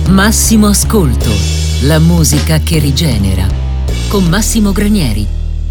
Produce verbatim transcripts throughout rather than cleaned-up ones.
Massimo Ascolto, la musica che rigenera, con Massimo Granieri.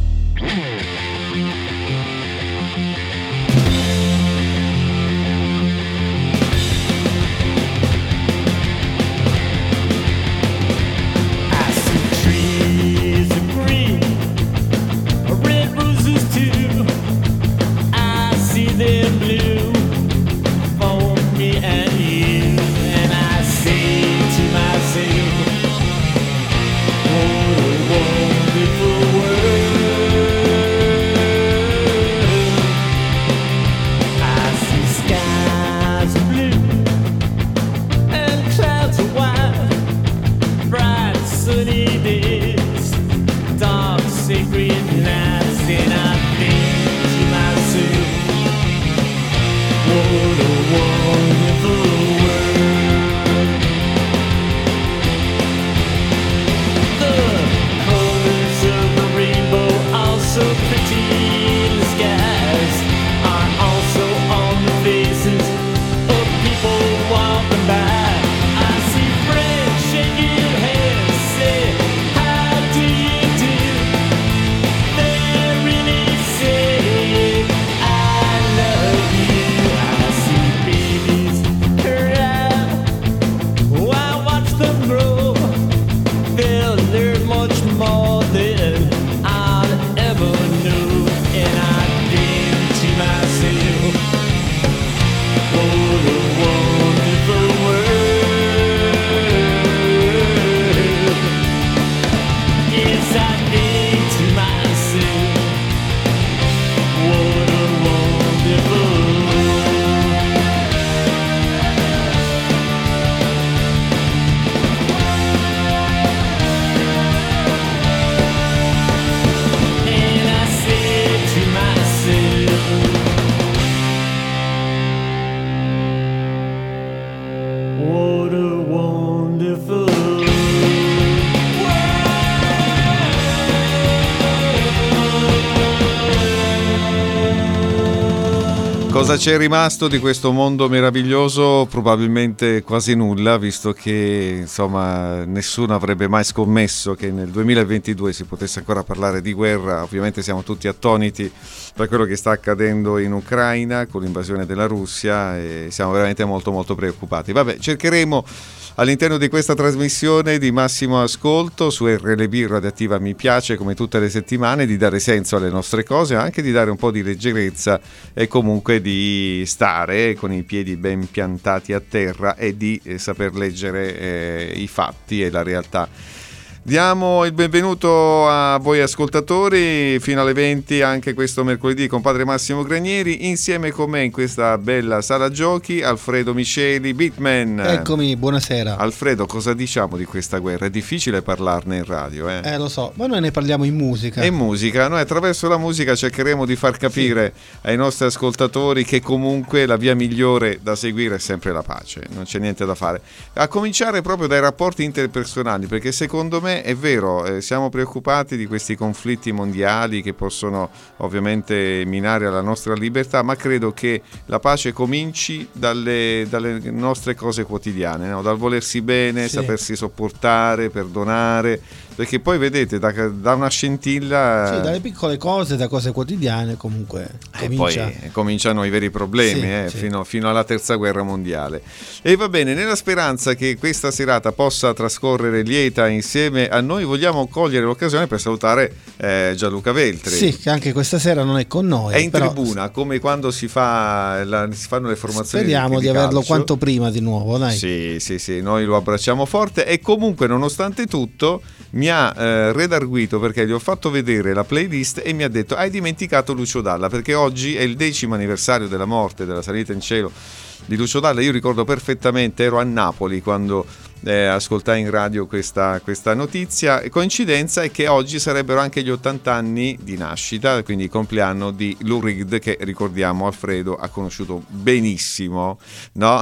Cosa c'è rimasto di questo mondo meraviglioso? Probabilmente quasi nulla, visto che insomma nessuno avrebbe mai scommesso che nel duemilaventidue si potesse ancora parlare di guerra. Ovviamente siamo tutti attoniti per quello che sta accadendo in Ucraina con l'invasione della Russia e siamo veramente molto molto preoccupati. Vabbè, cercheremo all'interno di questa trasmissione di Massimo Ascolto su R L B Radioattiva Mi Piace, come tutte le settimane, di dare senso alle nostre cose, anche di dare un po' di leggerezza e comunque di stare con i piedi ben piantati a terra e di eh, saper leggere eh, i fatti e la realtà. Diamo il benvenuto a voi ascoltatori fino alle venti anche questo mercoledì con padre Massimo Granieri, insieme con me in questa bella sala giochi Alfredo Misceli, Beatman. Eccomi, buonasera. Alfredo, cosa diciamo di questa guerra? È difficile parlarne in radio, eh? Eh lo so, ma noi ne parliamo in musica. E in musica, noi attraverso la musica cercheremo di far capire sì. ai nostri ascoltatori che comunque la via migliore da seguire è sempre la pace, non c'è niente da fare. A cominciare proprio dai rapporti interpersonali, perché secondo me è vero, eh, siamo preoccupati di questi conflitti mondiali che possono ovviamente minare la nostra libertà, ma credo che la pace cominci dalle, dalle nostre cose quotidiane, no? Dal volersi bene, sì. sapersi sopportare, perdonare, perché poi vedete da, da una scintilla sì, dalle piccole cose, da cose quotidiane comunque comincia. E poi cominciano i veri problemi sì, eh, sì. Fino, fino alla terza guerra mondiale. E va bene, nella speranza che questa serata possa trascorrere lieta insieme a noi, vogliamo cogliere l'occasione per salutare eh, Gianluca Veltri. Sì, che anche questa sera non è con noi. È in però... tribuna, come quando si, fa la, si fanno le formazioni. Speriamo di, di averlo calcio. Quanto prima di nuovo, dai. Sì, sì, sì, noi lo abbracciamo forte e comunque nonostante tutto mi ha eh, redarguito perché gli ho fatto vedere la playlist e mi ha detto: hai dimenticato Lucio Dalla, perché oggi è il decimo anniversario della morte, della salita in cielo di Lucio Dalla. Io ricordo perfettamente, ero a Napoli quando eh, ascoltai in radio questa, questa notizia, e coincidenza è che oggi sarebbero anche gli ottanta anni di nascita, quindi il compleanno di Lou Reed, che ricordiamo Alfredo ha conosciuto benissimo, no?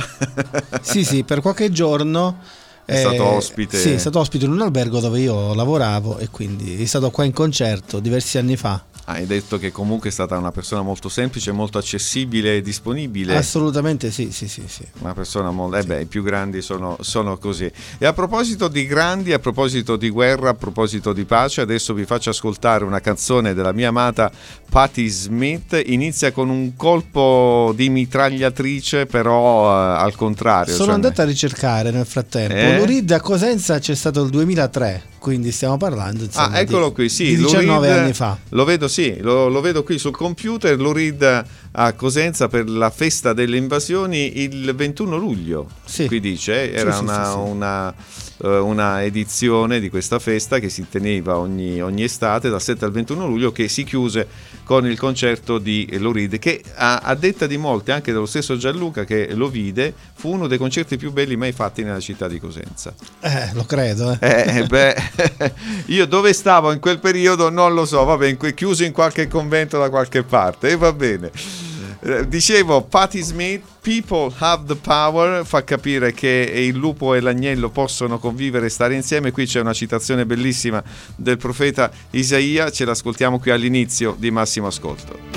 Sì, sì, per qualche giorno è stato ospite. Sì, è stato ospite in un albergo dove io lavoravo e quindi è stato qua in concerto diversi anni fa. Hai detto che comunque è stata una persona molto semplice, molto accessibile e disponibile. Assolutamente sì, sì, sì, sì. Una persona molto... Eh beh, i più grandi sono, sono così. E a proposito di grandi, a proposito di guerra, a proposito di pace, adesso vi faccio ascoltare una canzone della mia amata Patti Smith. Inizia con un colpo di mitragliatrice, però uh, al contrario. Sono cioè... andato a ricercare nel frattempo. Eh? Lou Reed a Cosenza c'è stato il duemilatré, quindi stiamo parlando insomma, ah, eccolo di, qui, sì, di diciannove Reed, anni fa. Lo vedo, sì, lo, lo vedo qui sul computer. Lou Reed a Cosenza per la festa delle invasioni il ventuno luglio. Sì. Qui dice, era sì, una, sì, sì, sì. una, una edizione di questa festa che si teneva ogni, ogni estate dal sette al ventuno luglio, che si chiuse con il concerto di Lou Reed, che a, a detta di molti, anche dello stesso Gianluca che lo vide, fu uno dei concerti più belli mai fatti nella città di Cosenza. Eh, lo credo. Eh. Eh, beh, io dove stavo in quel periodo non lo so, vabbè, in que- chiuso in qualche convento da qualche parte, e va bene. Eh, dicevo, Patti Smith, People Have the Power, fa capire che il lupo e l'agnello possono convivere e stare insieme. Qui c'è una citazione bellissima del profeta Isaia, ce l'ascoltiamo qui all'inizio di Massimo Ascolto.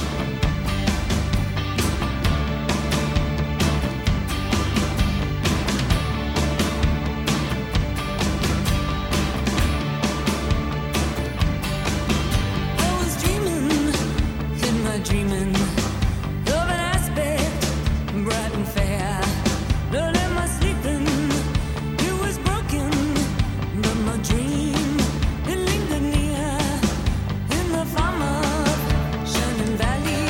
Valley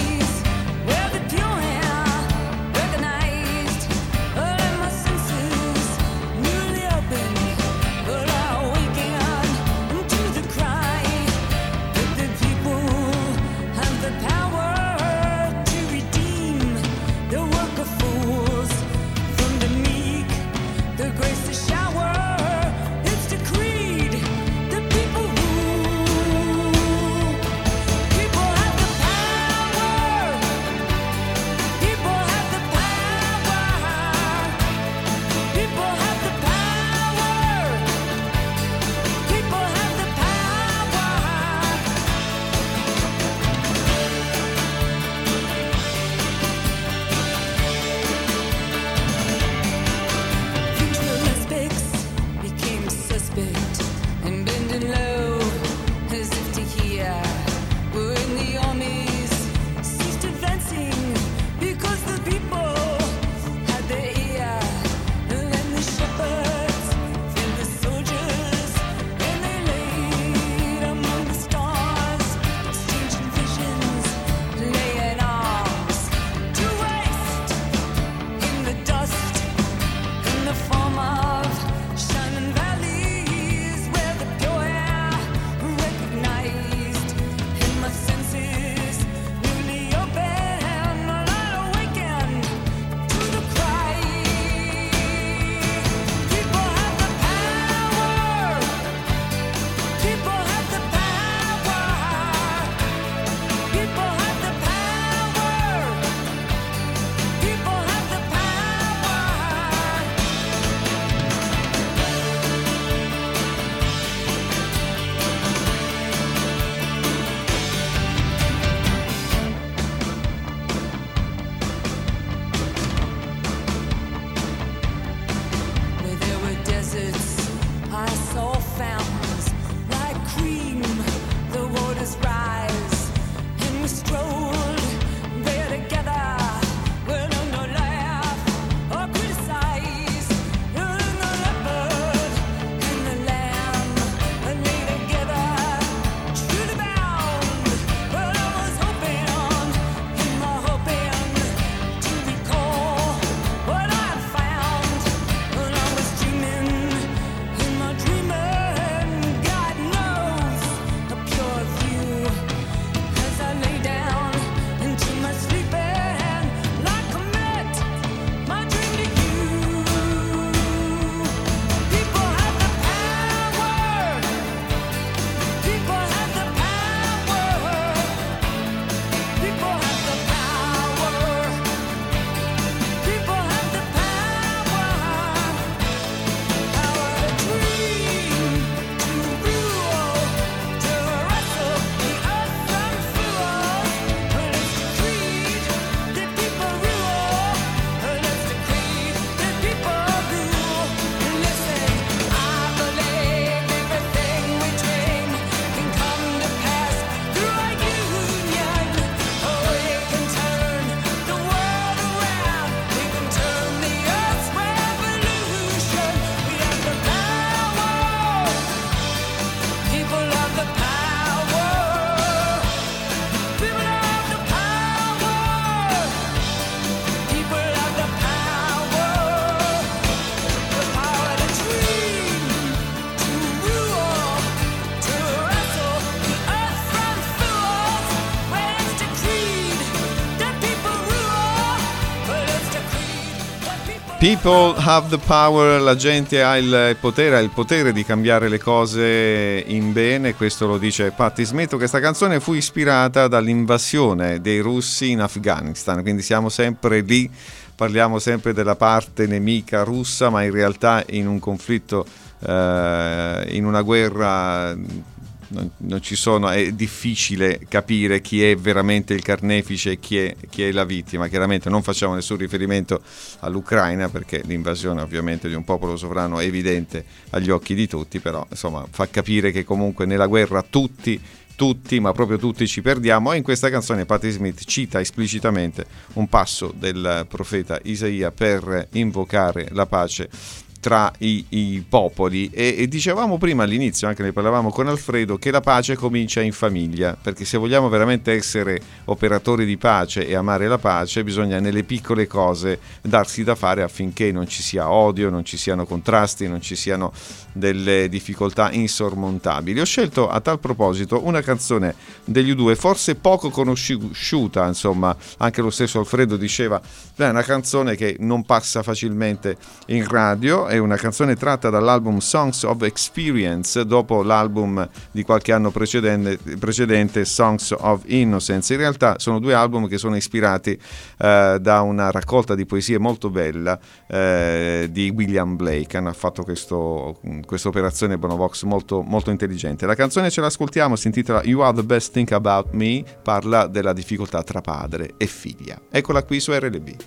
People have the power, la gente ha il potere, ha il potere di cambiare le cose in bene, questo lo dice Patti Smith. Questa canzone fu ispirata dall'invasione dei russi in Afghanistan, quindi siamo sempre lì, parliamo sempre della parte nemica russa, ma in realtà in un conflitto, eh, in una guerra... Non, non ci sono, è difficile capire chi è veramente il carnefice e chi è, chi è la vittima. Chiaramente non facciamo nessun riferimento all'Ucraina, perché l'invasione ovviamente di un popolo sovrano è evidente agli occhi di tutti, però insomma fa capire che comunque nella guerra tutti tutti, ma proprio tutti ci perdiamo. E in questa canzone Patti Smith cita esplicitamente un passo del profeta Isaia per invocare la pace tra i, i popoli, e, e dicevamo prima all'inizio, anche ne parlavamo con Alfredo, che la pace comincia in famiglia, perché se vogliamo veramente essere operatori di pace e amare la pace, bisogna nelle piccole cose darsi da fare affinché non ci sia odio, non ci siano contrasti, non ci siano delle difficoltà insormontabili. Ho scelto a tal proposito una canzone degli U due forse poco conosciuta, insomma anche lo stesso Alfredo diceva è una canzone che non passa facilmente in radio. È una canzone tratta dall'album Songs of Experience, dopo l'album di qualche anno precedente, precedente Songs of Innocence. In realtà sono due album che sono ispirati eh, da una raccolta di poesie molto bella eh, di William Blake. Hanno fatto questo, questa operazione Bonovox molto, molto intelligente. La canzone ce l'ascoltiamo, si intitola You Are the Best Thing About Me, parla della difficoltà tra padre e figlia. Eccola qui su R L B.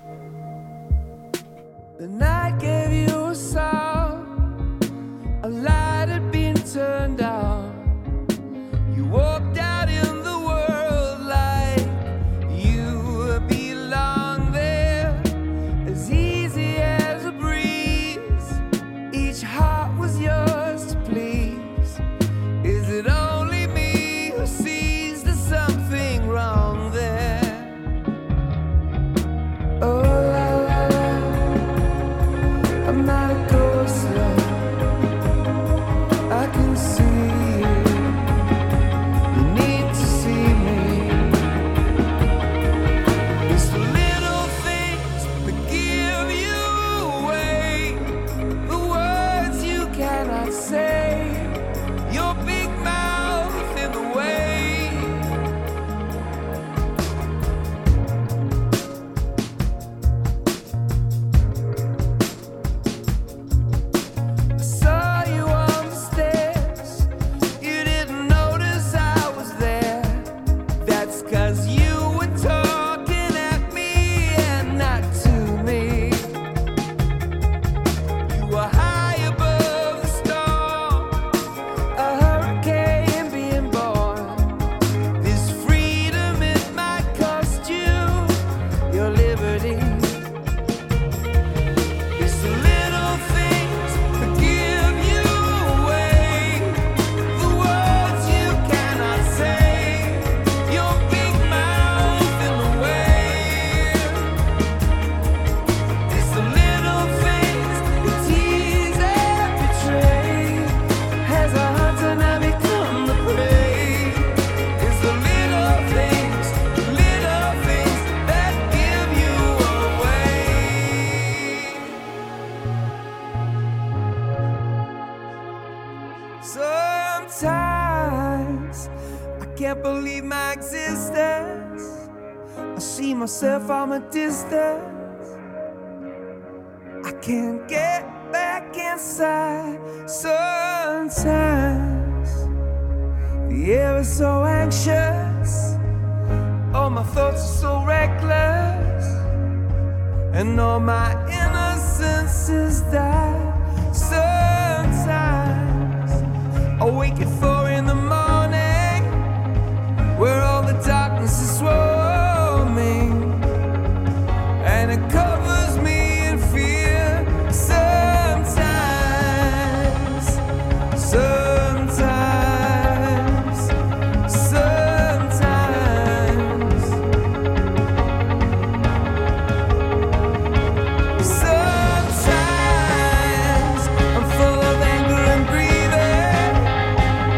The night gave you a song, a light had been turned on. You walked out in the world like you belong there, as easy as a breeze. Each heart was yours to please. Is it only me who sees there's something wrong there? Oh, I'm not a ghost, love. I can see you. You need to see me. It's the little things that give you away, the words you cannot say, your big mouth in the way. Sometimes I can't believe my existence. I see myself from a distance. I can't get back inside. Sometimes the air is so anxious, all my thoughts are so reckless, and all my innocence is that. Sometimes I wake at four in the morning, where all the darkness is swarming, and it covers me in fear. Sometimes, sometimes, sometimes, sometimes I'm full of anger and grieving.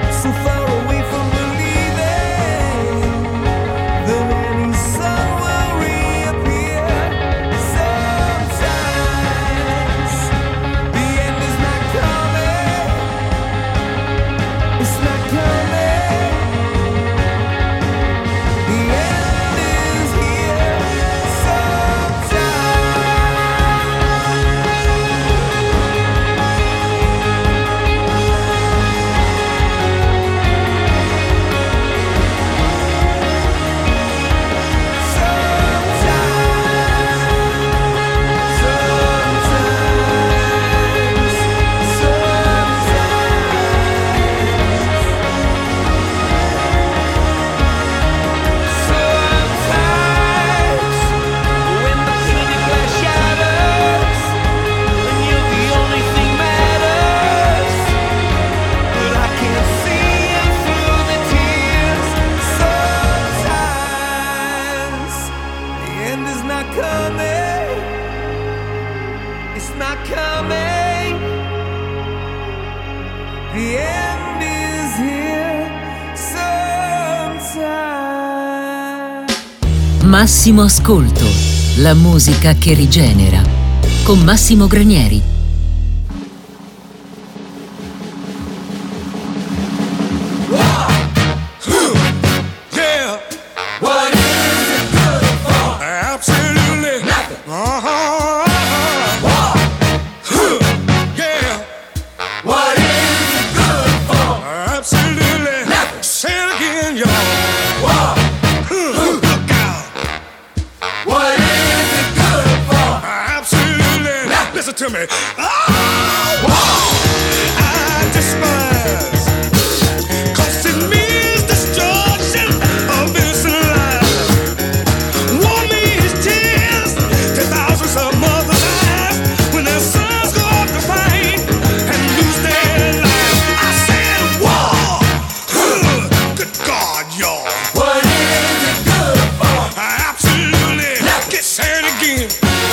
the end is here sometime. Massimo Ascolto, la musica che rigenera, con Massimo Granieri. To me. Oh, I despise, 'cause it means destruction of innocent lives. War means tears to thousands of mothers' eyes when their sons go off to fight and lose their lives. I said war. Good God, y'all. What is it good for? Absolutely. Get sad again.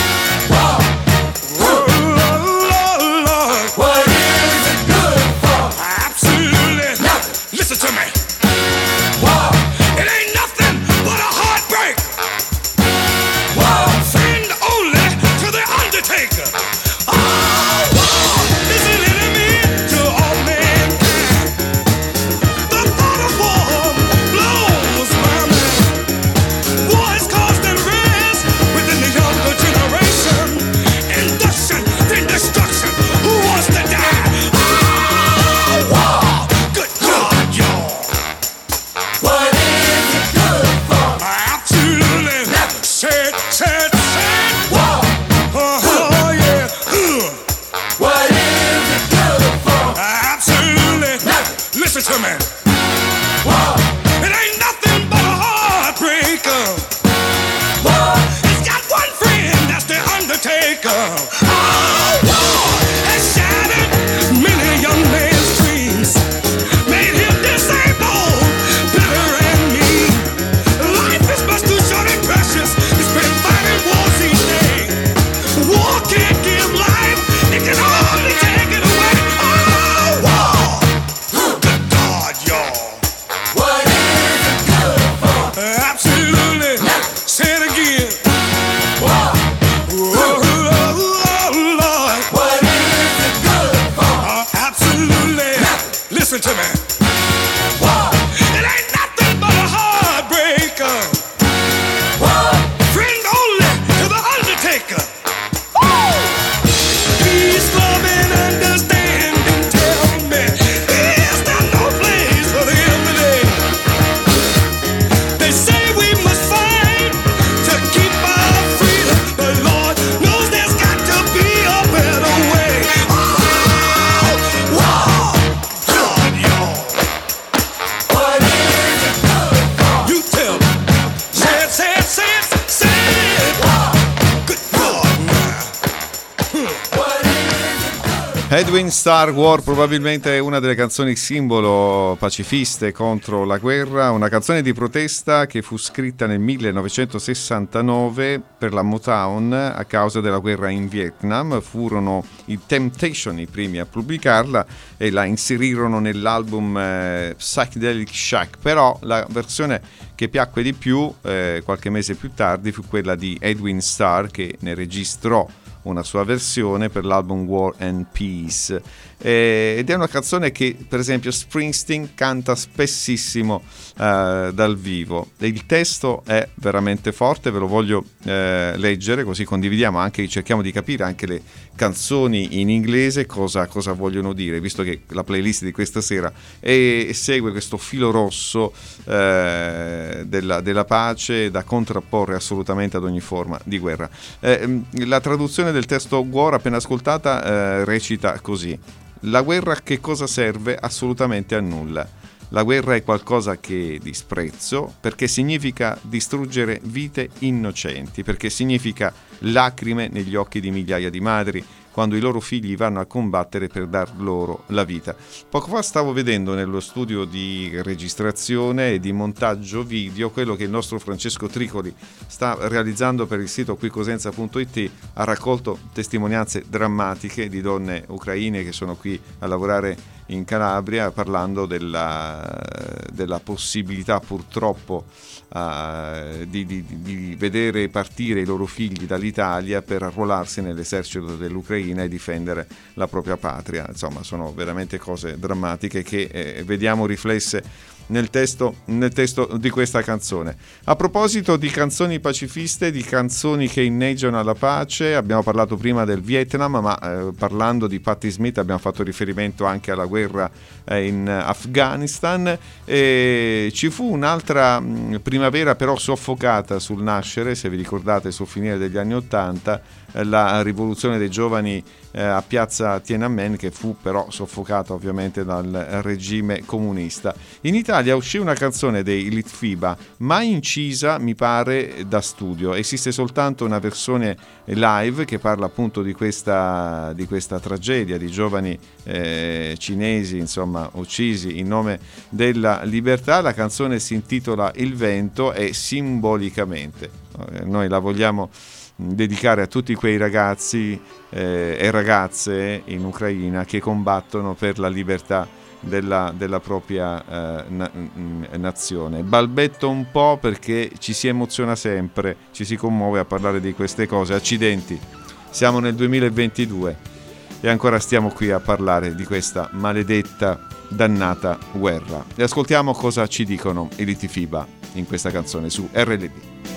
Edwin Starr, War, probabilmente una delle canzoni simbolo pacifiste contro la guerra, una canzone di protesta che fu scritta nel millenovecentosessantanove per la Motown a causa della guerra in Vietnam. Furono i Temptation i primi a pubblicarla e la inserirono nell'album eh, Psychedelic Shack, però la versione che piacque di più eh, qualche mese più tardi fu quella di Edwin Starr, che ne registrò una sua versione per l'album War and Peace, eh, ed è una canzone che per esempio Springsteen canta spessissimo eh, dal vivo. Il testo è veramente forte, ve lo voglio eh, leggere così condividiamo anche, cerchiamo di capire anche le canzoni in inglese cosa, cosa vogliono dire, visto che la playlist di questa sera è, segue questo filo rosso eh, della, della pace da contrapporre assolutamente ad ogni forma di guerra. Eh, la traduzione del testo War appena ascoltata eh, recita così: la guerra che cosa serve? Assolutamente a nulla. La guerra è qualcosa che disprezzo perché significa distruggere vite innocenti, perché significa lacrime negli occhi di migliaia di madri quando i loro figli vanno a combattere per dar loro la vita. Poco fa stavo vedendo nello studio di registrazione e di montaggio video quello che il nostro Francesco Tricoli sta realizzando per il sito qui cosenza punto it. Ha raccolto testimonianze drammatiche di donne ucraine che sono qui a lavorare in Calabria, parlando della, della possibilità purtroppo uh, di, di, di vedere partire i loro figli dall'Italia per arruolarsi nell'esercito dell'Ucraina e difendere la propria patria. Insomma, sono veramente cose drammatiche che eh, vediamo riflesse nel testo, nel testo di questa canzone. A proposito di canzoni pacifiste, di canzoni che inneggiano alla pace, abbiamo parlato prima del Vietnam, ma eh, parlando di Patti Smith abbiamo fatto riferimento anche alla guerra eh, in Afghanistan, e ci fu un'altra mh, primavera però soffocata sul nascere, se vi ricordate, sul finire degli anni Ottanta, eh, la rivoluzione dei giovani eh, a piazza Tiananmen, che fu però soffocata ovviamente dal regime comunista. In Italia uscì una canzone dei Litfiba, mai incisa mi pare da studio, esiste soltanto una versione live che parla appunto di questa, di questa tragedia di giovani eh, cinesi, insomma, uccisi in nome della libertà. La canzone si intitola Il vento e Simbolicamente. Eh, noi la vogliamo dedicare a tutti quei ragazzi eh, e ragazze in Ucraina che combattono per la libertà della, della propria eh, na- nazione. Balbetto un po' perché ci si emoziona sempre, ci si commuove a parlare di queste cose. Accidenti, siamo nel duemilaventidue e ancora stiamo qui a parlare di questa maledetta, dannata guerra. E ascoltiamo cosa ci dicono i Litfiba in questa canzone su R L B.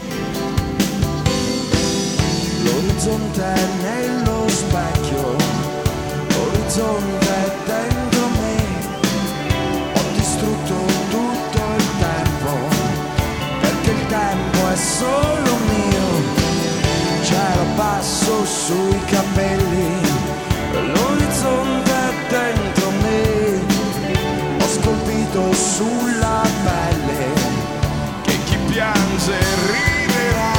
L'orizzonte è nello specchio, l'orizzonte è dentro me. Ho distrutto tutto il tempo, perché il tempo è solo mio. Cielo basso sui capelli, l'orizzonte è dentro me. Ho scolpito sulla pelle che chi piange riderà.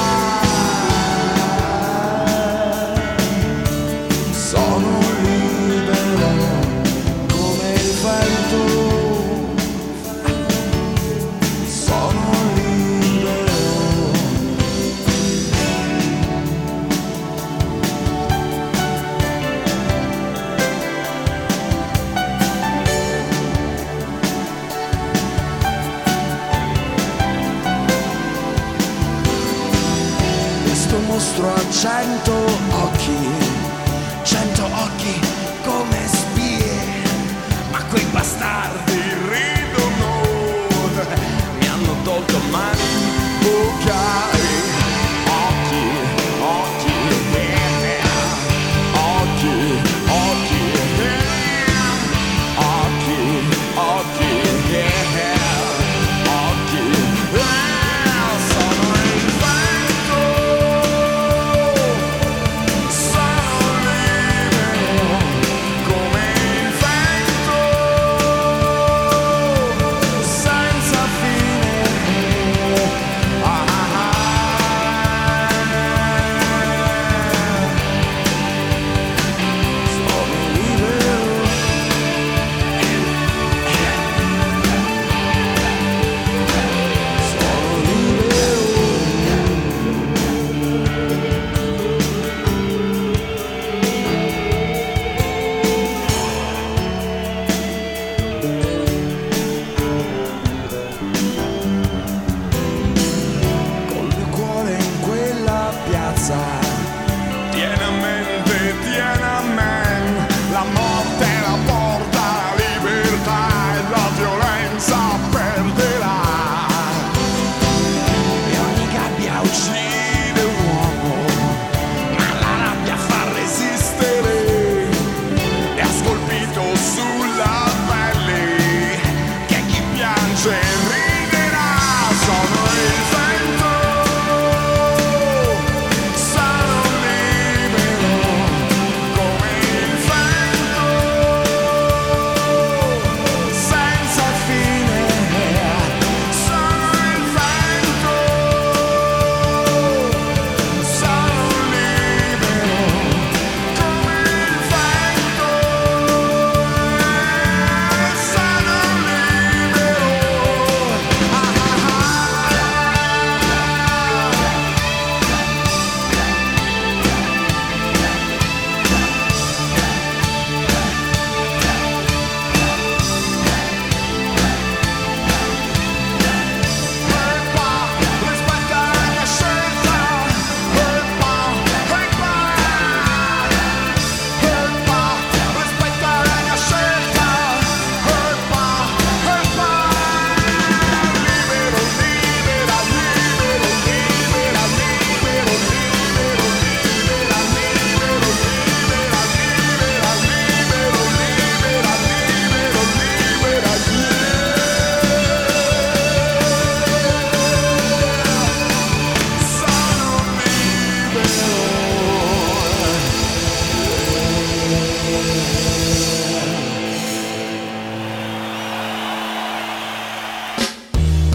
Sono libero come il vento, sono libero. Questo mostro ha cento occhi, cento occhi come spie, ma quei bastardi ridono, mi hanno tolto mani, bocca e occhi, occhi, eh, occhi, occhi, eh, occhi, occhi, eh, occhi, eh, sono il vento,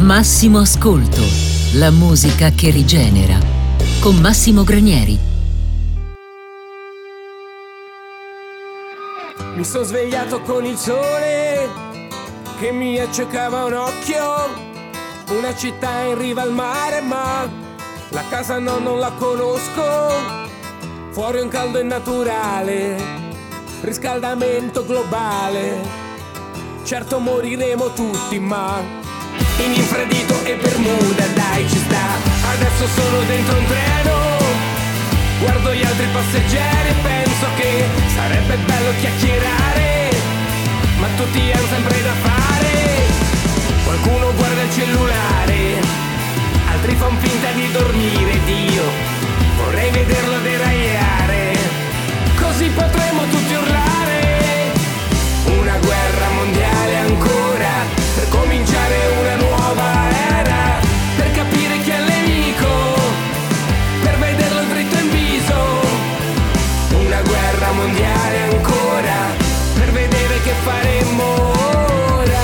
Massimo Ascolto, la musica che rigenera, con Massimo Granieri. Mi sono svegliato con il sole che mi accecava un occhio, una città in riva al mare, ma la casa no, non la conosco. Fuori un caldo innaturale, riscaldamento globale. Certo moriremo tutti, ma in infradito e Bermuda, dai, ci sta. Adesso sono dentro un treno, guardo gli altri passeggeri e penso che sarebbe bello chiacchierare, ma tutti hanno sempre da fare. Qualcuno guarda il cellulare, altri fan finta di dormire. Dio, vorrei vederlo deragliare, così potremo tutti urlare. Una guerra mondiale ancora, per cominciare una nuova era, per capire chi è il nemico, per vederlo dritto in viso. Una guerra mondiale ancora, per vedere che faremmo ora.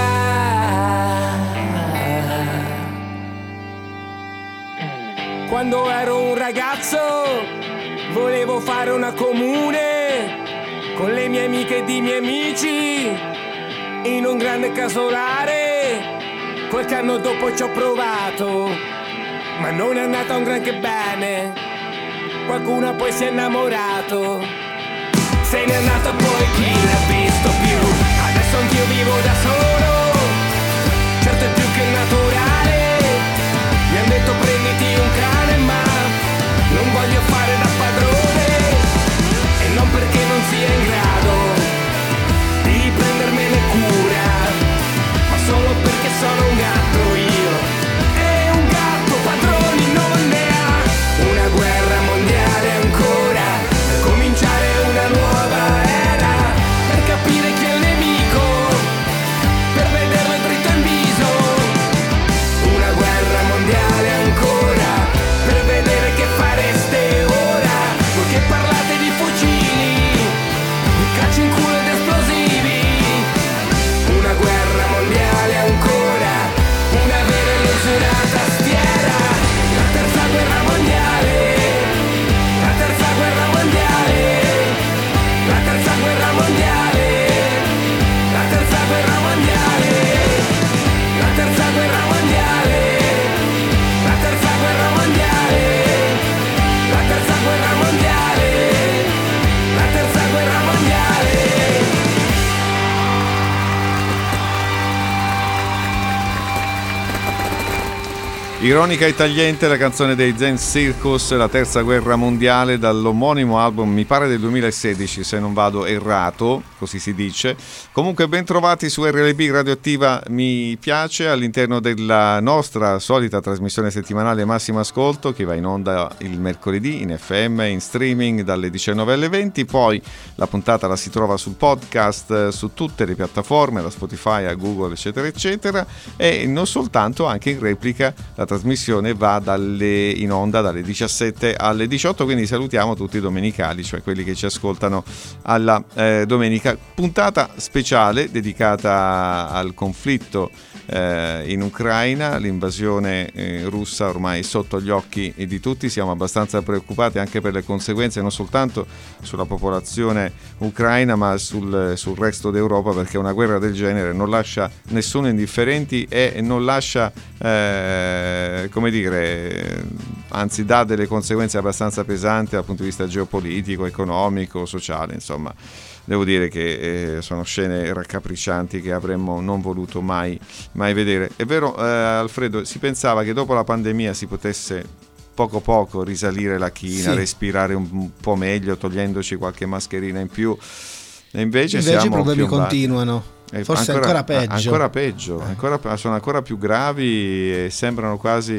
Quando ero un ragazzo volevo fare una comune con le mie amiche ed i miei amici in un grande casolare. Qualche anno dopo ci ho provato, ma non è andata un granché bene. Qualcuno poi si è innamorato, se n'è andato poi chi l'ha visto più. Adesso anch'io vivo da solo, certo è più che naturale. Mi han detto prenditi un cane, ma non voglio fare da padrone, e non perché non sia in grado di prendermene cura, ma solo perché sono un gatto io, e un gatto padroni non ne ha. Una guerra mondiale ancora, per cominciare una nuova era, per capire chi è il nemico, per vederlo dritto in viso. Una guerra mondiale ancora, per vedere che fareste ora, voi che parlate di fucili, di calci in culo ed esplosivi. Una guerra mondiale ancora, una vera e nessuna tastiera. La terza guerra mondiale, la terza guerra mondiale, la terza guerra mondiale, la terza guerra mondiale, la terza guerra mondiale, la terza guerra mondiale, la terza guerra mondiale, la terza guerra mondiale. Ironica e tagliente la canzone dei Zen Circus, La terza guerra mondiale, dall'omonimo album, mi pare del duemilasedici se non vado errato, così si dice. Comunque ben trovati su R L B Radioattiva Mi Piace, all'interno della nostra solita trasmissione settimanale Massimo Ascolto, che va in onda il mercoledì in F M, in streaming dalle diciannove alle venti. Poi la puntata la si trova sul podcast su tutte le piattaforme, da Spotify a Google eccetera eccetera, e non soltanto, anche in replica. La trasmissione va dalle, in onda dalle diciassette alle diciotto, quindi salutiamo tutti i domenicali, cioè quelli che ci ascoltano alla eh, domenica. Puntata speciale dedicata al conflitto eh, in Ucraina, l'invasione eh, russa ormai sotto gli occhi di tutti. Siamo abbastanza preoccupati anche per le conseguenze, non soltanto sulla popolazione ucraina ma sul, sul resto d'Europa, perché una guerra del genere non lascia nessuno indifferenti e non lascia eh, come dire, anzi dà delle conseguenze abbastanza pesanti dal punto di vista geopolitico, economico, sociale. Insomma, devo dire che eh, sono scene raccapriccianti che avremmo non voluto mai, mai vedere. È vero, eh, Alfredo, si pensava che dopo la pandemia si potesse poco poco risalire la china, sì, respirare un po' meglio togliendoci qualche mascherina in più, e invece, invece siamo i problemi piombati. continuano. Forse ancora, ancora peggio. Ancora peggio, ancora, sono ancora più gravi e sembrano quasi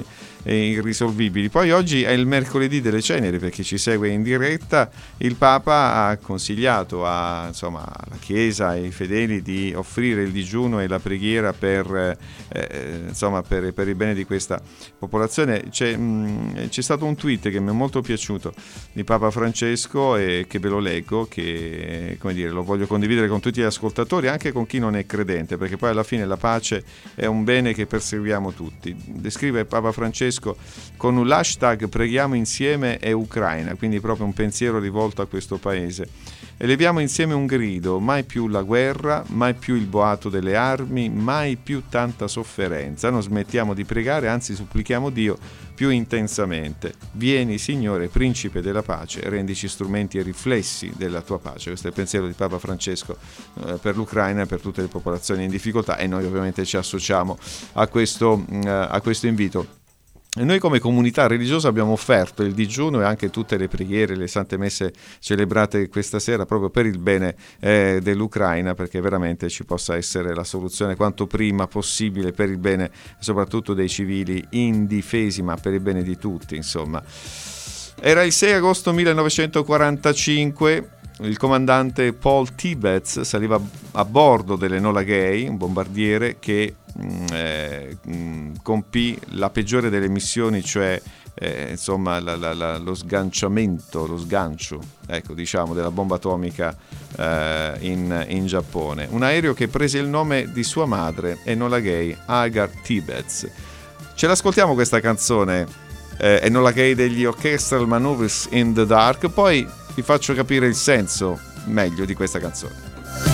e irrisolvibili. Poi oggi è il mercoledì delle ceneri, per chi ci segue in diretta. Il Papa ha consigliato a, insomma, alla Chiesa, ai fedeli, di offrire il digiuno e la preghiera per, eh, insomma, per, per il bene di questa popolazione. C'è, mh, c'è stato un tweet che mi è molto piaciuto di Papa Francesco e che ve lo leggo, che, come dire, lo voglio condividere con tutti gli ascoltatori, anche con chi non è credente, perché poi alla fine la pace è un bene che perseguiamo tutti. Descrive Papa Francesco con un hashtag "preghiamo insieme e Ucraina", quindi proprio un pensiero rivolto a questo paese. Eleviamo insieme un grido: mai più la guerra, mai più il boato delle armi, mai più tanta sofferenza. Non smettiamo di pregare, anzi supplichiamo Dio più intensamente. Vieni, Signore, Principe della pace, rendici strumenti e riflessi della tua pace. Questo è il pensiero di Papa Francesco eh, per l'Ucraina e per tutte le popolazioni in difficoltà, e noi ovviamente ci associamo a questo, eh, a questo invito. E noi come comunità religiosa abbiamo offerto il digiuno e anche tutte le preghiere, le sante messe celebrate questa sera proprio per il bene eh, dell'Ucraina, perché veramente ci possa essere la soluzione quanto prima possibile per il bene soprattutto dei civili indifesi, ma per il bene di tutti, insomma. Era il sei agosto millenovecentoquarantacinque. Il comandante Paul Tibbets saliva a bordo dell'Enola Gay, un bombardiere che mh, eh, mh, compì la peggiore delle missioni, cioè eh, insomma la, la, la, lo sganciamento, lo sgancio, ecco, diciamo, della bomba atomica eh, in, in Giappone. Un aereo che prese il nome di sua madre, Enola Gay Agar Tibbets. Ce l'ascoltiamo questa canzone, eh, Enola Gay degli Orchestral Maneuvers in the Dark, poi vi faccio capire il senso meglio di questa canzone.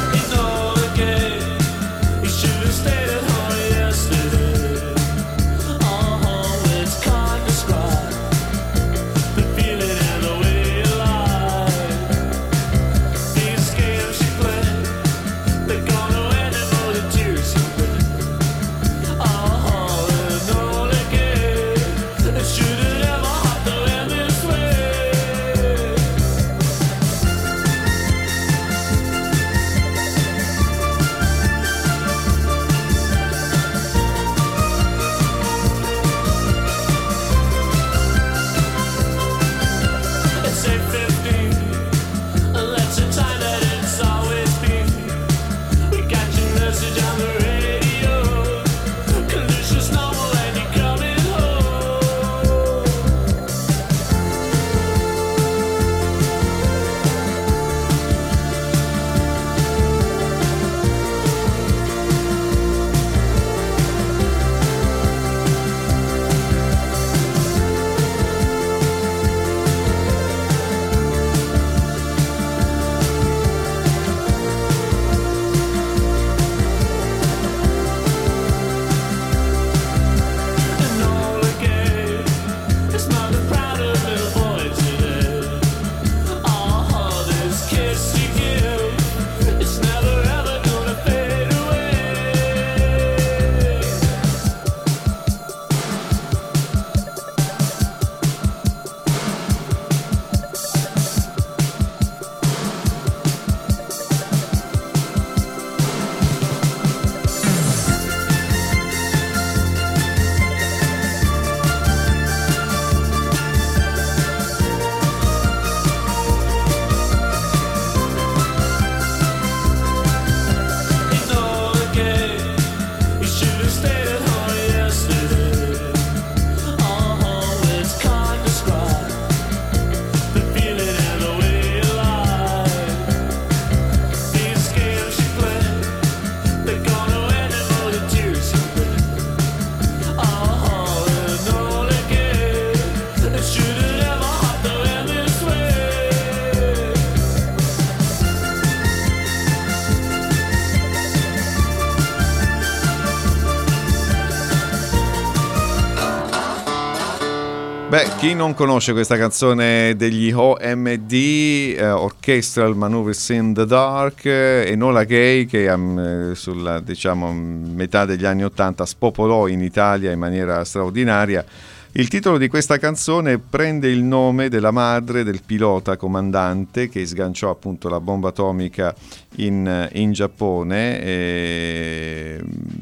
Beh, chi non conosce questa canzone degli O M D, eh, Orchestral Maneuvers in the Dark, eh, Enola Gay, che um, sulla, diciamo, metà degli anni Ottanta spopolò in Italia in maniera straordinaria. Il titolo di questa canzone prende il nome della madre del pilota comandante che sganciò appunto la bomba atomica in, in Giappone, e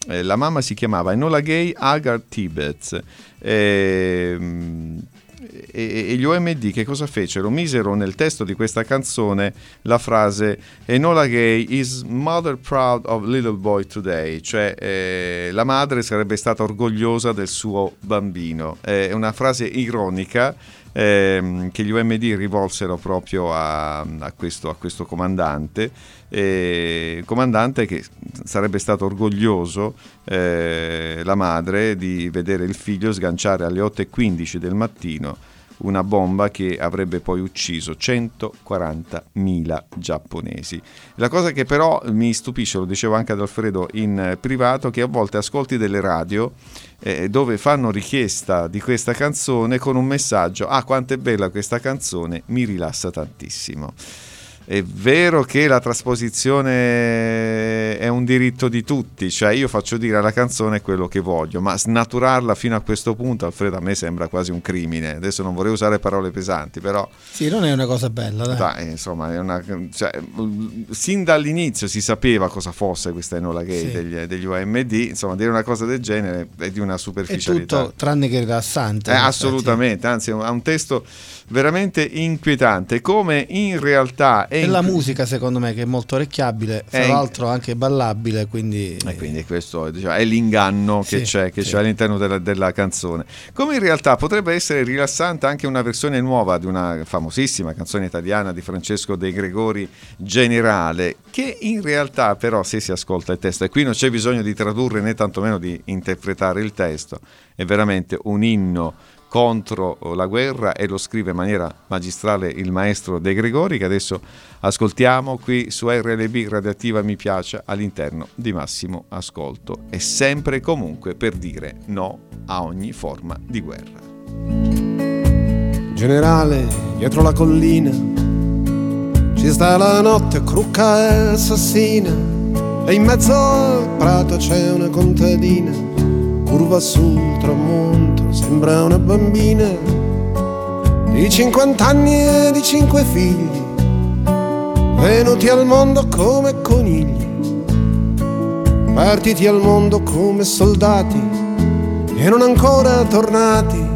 eh, la mamma si chiamava Enola Gay Agar Tibbetts. Eh, E, e gli O M D che cosa fecero? Misero nel testo di questa canzone la frase Enola Gay is mother proud of little boy today, cioè eh, la madre sarebbe stata orgogliosa del suo bambino. È una frase ironica eh, che gli O M D rivolsero proprio a, a, questo, a questo comandante, eh, comandante che sarebbe stato orgoglioso, eh, la madre, di vedere il figlio sganciare alle otto e quindici del mattino una bomba che avrebbe poi ucciso centoquarantamila giapponesi. La cosa che però mi stupisce, lo dicevo anche ad Alfredo in privato, che a volte ascolti delle radio eh, dove fanno richiesta di questa canzone con un messaggio: ah, quanto è bella questa canzone, mi rilassa tantissimo. È vero che la trasposizione è un diritto di tutti, cioè io faccio dire alla canzone quello che voglio, ma snaturarla fino a questo punto, Alfredo, a me sembra quasi un crimine. Adesso non vorrei usare parole pesanti, però sì, non è una cosa bella, dai. Dai, insomma, è una, cioè, sin dall'inizio si sapeva cosa fosse questa Enola Gay, sì, degli, degli O M D. Insomma, dire una cosa del genere è di una superficialità. È tutto tranne che rilassante. Eh, assolutamente, anzi ha un testo veramente inquietante, come in realtà è e inqu- la musica, secondo me, che è molto orecchiabile, fra è l'altro anche ballabile, quindi e quindi questo, diciamo, è l'inganno che sì, c'è che sì. c'è all'interno della, della canzone. Come in realtà potrebbe essere rilassante anche una versione nuova di una famosissima canzone italiana di Francesco De Gregori, Generale, che in realtà però, se si ascolta il testo, e qui non c'è bisogno di tradurre né tantomeno di interpretare il testo, è veramente un inno contro la guerra, e lo scrive in maniera magistrale il maestro De Gregori, che adesso ascoltiamo qui su R L B Radioattiva Mi Piace, all'interno di Massimo Ascolto, e sempre e comunque per dire no a ogni forma di guerra. Generale, dietro la collina ci sta la notte crucca e assassina, e in mezzo al prato c'è una contadina, curva sul tramonto, sembra una bambina di cinquanta anni e di cinque figli, venuti al mondo come conigli, partiti al mondo come soldati e non ancora tornati.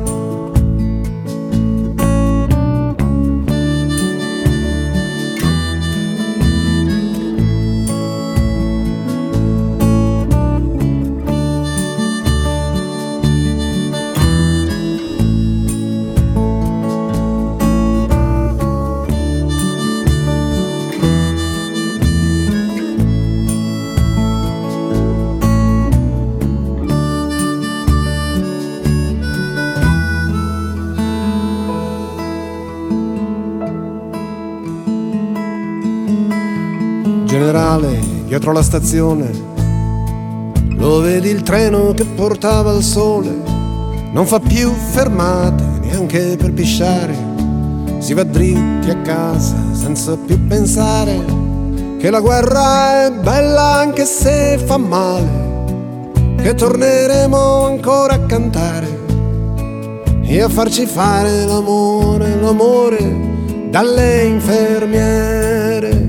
Generale, dietro la stazione lo vedi il treno che portava il sole, non fa più fermate neanche per pisciare, si va dritti a casa senza più pensare che la guerra è bella anche se fa male, che torneremo ancora a cantare e a farci fare l'amore, l'amore dalle infermiere.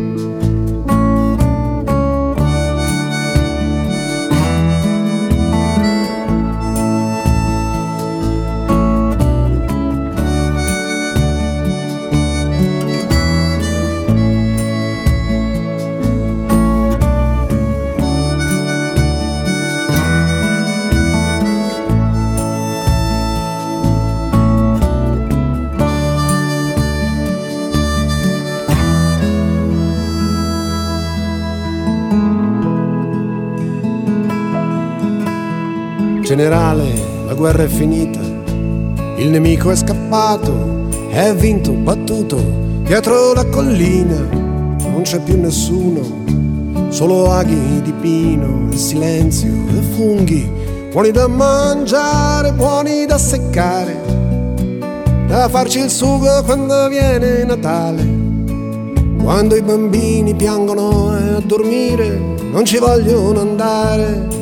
Generale, la guerra è finita, il nemico è scappato, è vinto, battuto, dietro la collina non c'è più nessuno, solo aghi di pino e silenzio e funghi, buoni da mangiare, buoni da seccare, da farci il sugo quando viene Natale, quando i bambini piangono e a dormire non ci vogliono andare.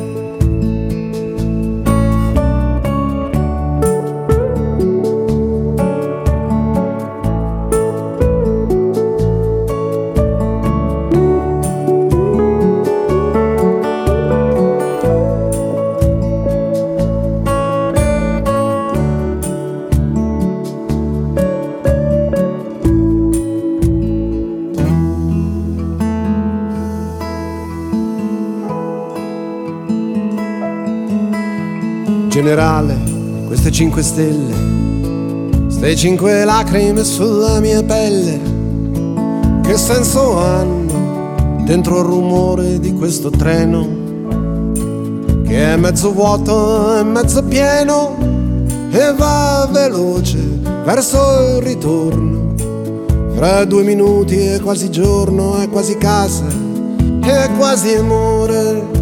Generale, queste cinque stelle, ste cinque lacrime sulla mia pelle, che senso hanno dentro il rumore di questo treno che è mezzo vuoto e mezzo pieno e va veloce verso il ritorno. Fra due minuti è quasi giorno, è quasi casa, è quasi amore.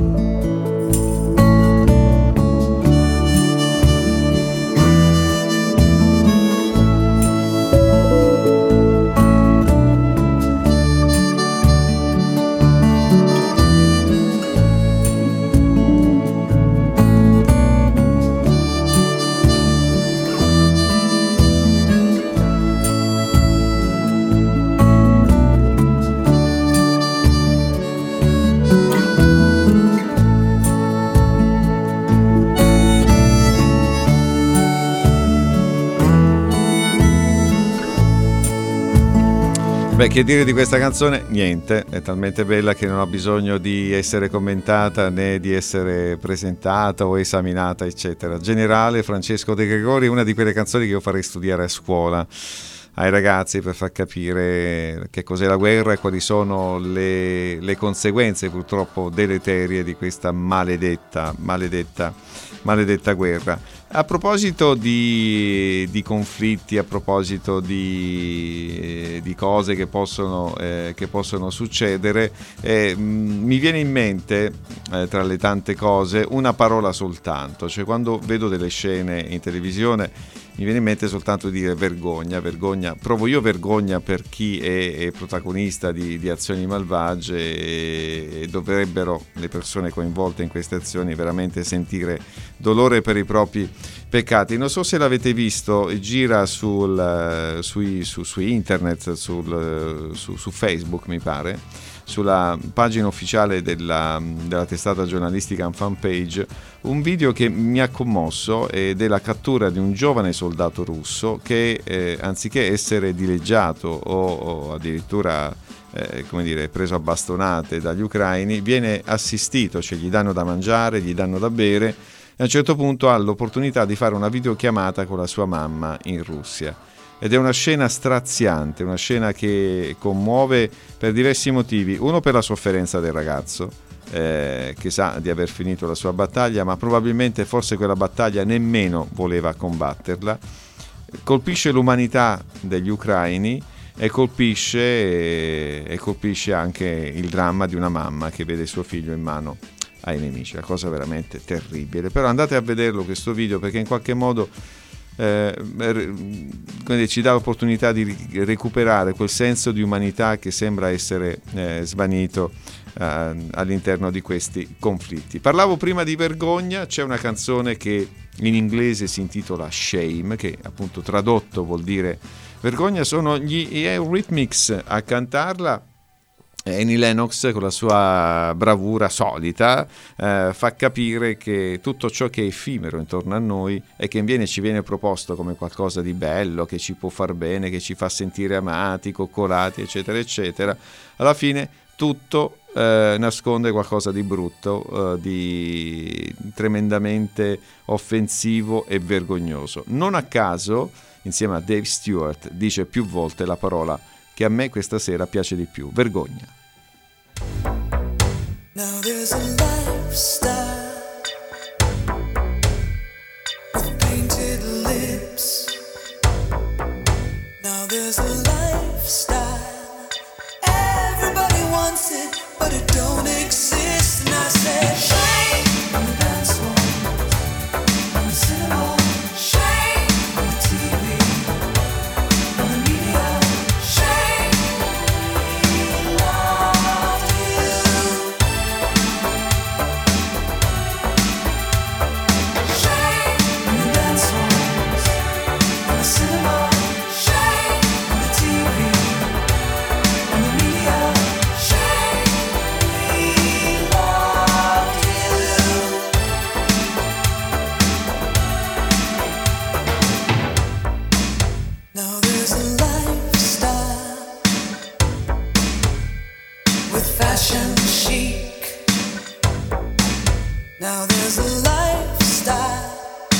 Beh, che dire di questa canzone? Niente, è talmente bella che non ha bisogno di essere commentata né di essere presentata o esaminata, eccetera. Generale Francesco De Gregori, una di quelle canzoni che io farei studiare a scuola ai ragazzi per far capire che cos'è la guerra e quali sono le, le conseguenze purtroppo deleterie di questa maledetta, maledetta, maledetta guerra. A proposito di, di conflitti, a proposito di, di cose che possono, eh, che possono succedere, eh, mi viene in mente, eh, tra le tante cose, una parola soltanto. Cioè, quando vedo delle scene in televisione mi viene in mente soltanto dire vergogna, vergogna. Provo io vergogna per chi è, è protagonista di, di azioni malvagie e, e dovrebbero le persone coinvolte in queste azioni veramente sentire dolore per i propri peccati. Non so se l'avete visto, gira sul, sui, su, su internet, sul, su, su Facebook mi pare, sulla pagina ufficiale della, della testata giornalistica Fanpage, un video che mi ha commosso ed è la cattura di un giovane soldato russo che eh, anziché essere dileggiato o, o addirittura eh, come dire, preso a bastonate dagli ucraini, viene assistito, cioè gli danno da mangiare, gli danno da bere e a un certo punto ha l'opportunità di fare una videochiamata con la sua mamma in Russia. Ed è una scena straziante, una scena che commuove per diversi motivi. Uno, per la sofferenza del ragazzo, eh, che sa di aver finito la sua battaglia, ma probabilmente forse quella battaglia nemmeno voleva combatterla. Colpisce l'umanità degli ucraini e colpisce, e, e colpisce anche il dramma di una mamma che vede suo figlio in mano ai nemici. La cosa veramente terribile. Però andate a vederlo questo video, perché in qualche modo Eh, ci dà l'opportunità di recuperare quel senso di umanità che sembra essere eh, svanito eh, all'interno di questi conflitti. Parlavo prima di vergogna, c'è una canzone che in inglese si intitola Shame, che appunto tradotto vuol dire vergogna. Sono gli Eurythmics a cantarla. Annie Lennox, con la sua bravura solita, eh, fa capire che tutto ciò che è effimero intorno a noi e che viene, ci viene proposto come qualcosa di bello, che ci può far bene, che ci fa sentire amati, coccolati, eccetera, eccetera, alla fine tutto eh, nasconde qualcosa di brutto, eh, di tremendamente offensivo e vergognoso. Non a caso, insieme a Dave Stewart, dice più volte la parola che a me questa sera piace di più: vergogna. Now there's a lifestyle with painted lips. Now there's a lifestyle, everybody wants it, but it don't exist. And I said, shame on the dance floor, on the cinema, shame on the T V, on the media. Now there's a lifestyle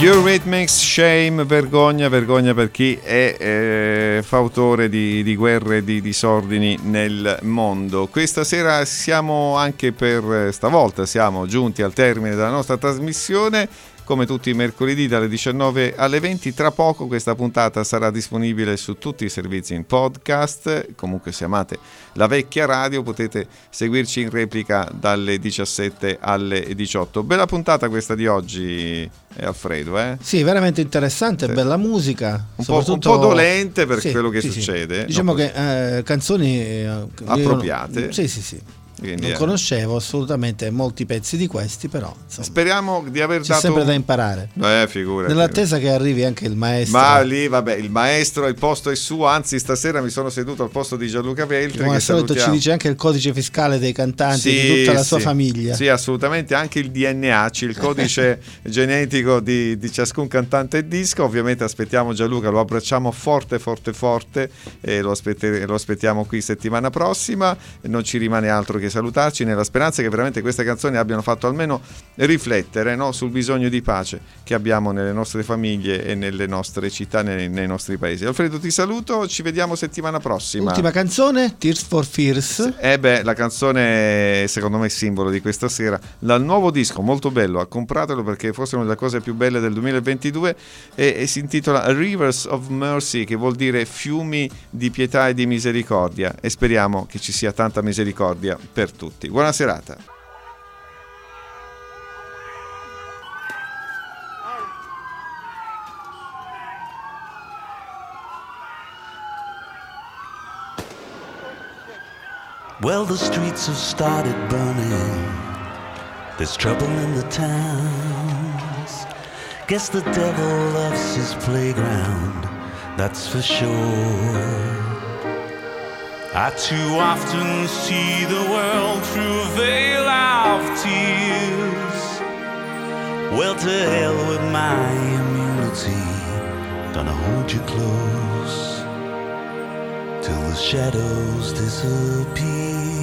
Eurythmics, Shame, vergogna, vergogna per chi è eh, fautore di, di guerre e di disordini nel mondo. Questa sera siamo anche per stavolta, siamo giunti al termine della nostra trasmissione. Come tutti i mercoledì dalle diciannove alle venti, tra poco questa puntata sarà disponibile su tutti i servizi in podcast. Comunque se amate la vecchia radio potete seguirci in replica dalle diciassette alle diciotto. Bella puntata questa di oggi, Alfredo, eh? Sì, veramente interessante, sì. Bella musica, un po', un po' dolente per sì, quello che sì, succede. Sì. Diciamo no? che eh, canzoni eh, appropriate. Io, sì, sì, sì. Quindi, non eh. conoscevo assolutamente molti pezzi di questi, però insomma, speriamo di aver c'è dato sempre da imparare. Eh, figurati. Nell'attesa che arrivi anche il maestro. Ma lì, vabbè, il maestro, il posto è suo. Anzi, stasera mi sono seduto al posto di Gianluca Veltri. Come che al solito salutiamo. ci dice anche il codice fiscale dei cantanti, sì, di tutta la sua sì, famiglia. Sì, assolutamente, anche il D N A, il codice genetico di, di ciascun cantante e disco. Ovviamente aspettiamo Gianluca, lo abbracciamo forte, forte, forte e lo, aspette, lo aspettiamo qui settimana prossima. Non ci rimane altro che salutarci nella speranza che veramente queste canzoni abbiano fatto almeno riflettere, no, sul bisogno di pace che abbiamo nelle nostre famiglie e nelle nostre città, nei, nei nostri paesi. Alfredo, ti saluto, ci vediamo settimana prossima. Ultima canzone, Tears for Fears. Eh beh, la canzone secondo me è simbolo di questa sera, dal nuovo disco, molto bello, compratelo perché forse è una delle cose più belle del duemilaventidue e, e si intitola Rivers of Mercy, che vuol dire fiumi di pietà e di misericordia, e speriamo che ci sia tanta misericordia per tutti. Buona serata. Well, the streets have started burning. There's trouble in the towns. Guess the devil loves his playground, that's for sure. I too often see the world through a veil of tears. Well, to hell with my immunity, gonna hold you close till the shadows disappear.